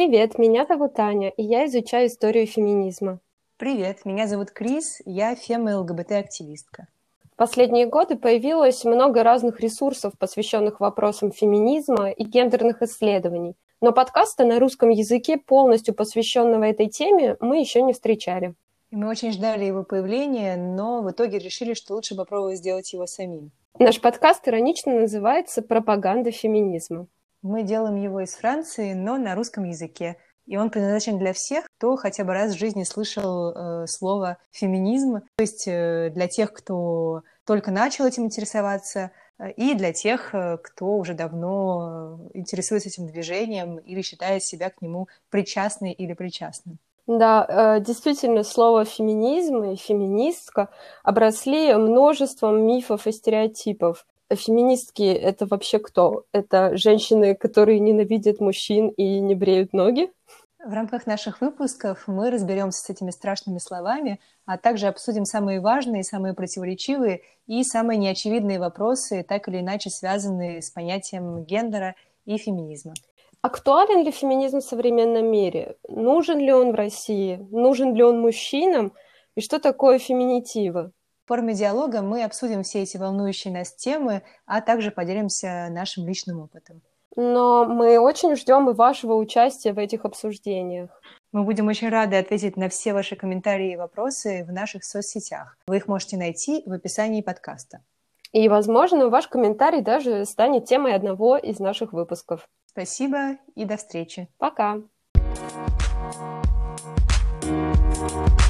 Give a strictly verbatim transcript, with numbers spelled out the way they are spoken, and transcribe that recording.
Привет, меня зовут Аня, и я изучаю историю феминизма. Привет, меня зовут Крис, я фем- и ЛГБТ-активистка. В последние годы появилось много разных ресурсов, посвященных вопросам феминизма и гендерных исследований. Но подкаста на русском языке, полностью посвященного этой теме, мы еще не встречали. И мы очень ждали его появления, но в итоге решили, что лучше попробовать сделать его самим. Наш подкаст иронично называется «Пропаганда феминизма». Мы делаем его из Франции, но на русском языке. И он предназначен для всех, кто хотя бы раз в жизни слышал э, слово «феминизм», то есть э, для тех, кто только начал этим интересоваться, э, и для тех, э, кто уже давно интересуется этим движением или считает себя к нему причастной или причастным. Да, действительно, слово «феминизм» и «феминистка» обросли множеством мифов и стереотипов. Феминистки — это вообще кто? Это женщины, которые ненавидят мужчин и не бреют ноги? В рамках наших выпусков мы разберемся с этими страшными словами, а также обсудим самые важные, самые противоречивые и самые неочевидные вопросы, так или иначе связанные с понятием гендера и феминизма. Актуален ли феминизм в современном мире? Нужен ли он в России? Нужен ли он мужчинам? И что такое феминитивы? В форме диалога мы обсудим все эти волнующие нас темы, а также поделимся нашим личным опытом. Но мы очень ждем и вашего участия в этих обсуждениях. Мы будем очень рады ответить на все ваши комментарии и вопросы в наших соцсетях. Вы их можете найти в описании подкаста. И, возможно, ваш комментарий даже станет темой одного из наших выпусков. Спасибо и до встречи. Пока!